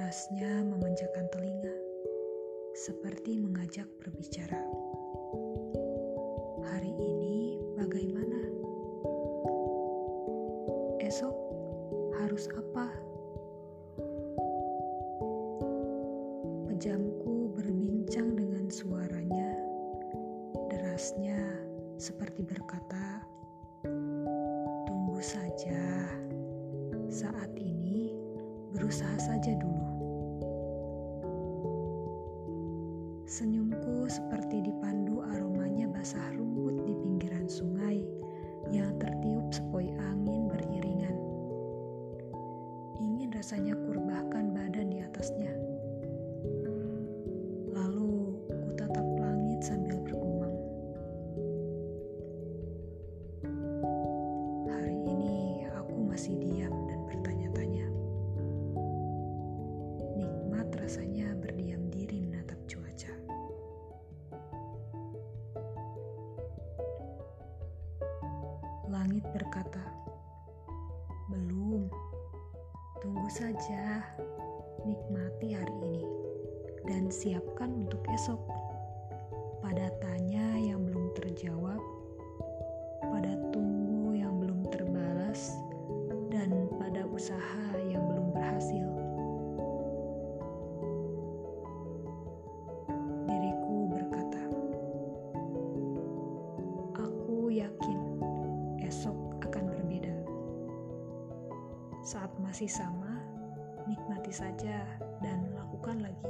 Derasnya memanjakan telinga, seperti mengajak berbicara. Hari ini bagaimana? Esok harus apa? Pejamku berbincang dengan suaranya, derasnya seperti berkata, "Tunggu saja, saat ini berusaha saja dulu." Senyumku seperti dipandu aromanya basah rumput di pinggiran sungai yang tertiup sepoi angin beriringan. Ingin rasanya kurebahkan badan di atasnya. Lalu kutatap langit sambil bergumam. Hari ini aku masih diam dan bertanya-tanya. Nikmat rasanya berdiam diri menatap cuaca. Langit berkata, "Belum, tunggu saja, nikmati hari ini, dan siapkan untuk esok." Pada tanya yang belum terjawab, pada tunggu yang belum terbalas, dan pada usaha yang belum berhasil. Diriku berkata, "Aku yakin esok akan berbeda." Saat masih sama, nikmati saja dan lakukan lagi.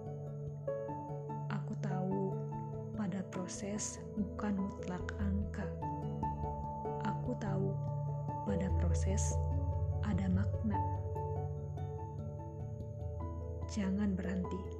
Aku tahu pada proses bukan mutlak angka. Aku tahu pada proses ada makna. Jangan berhenti.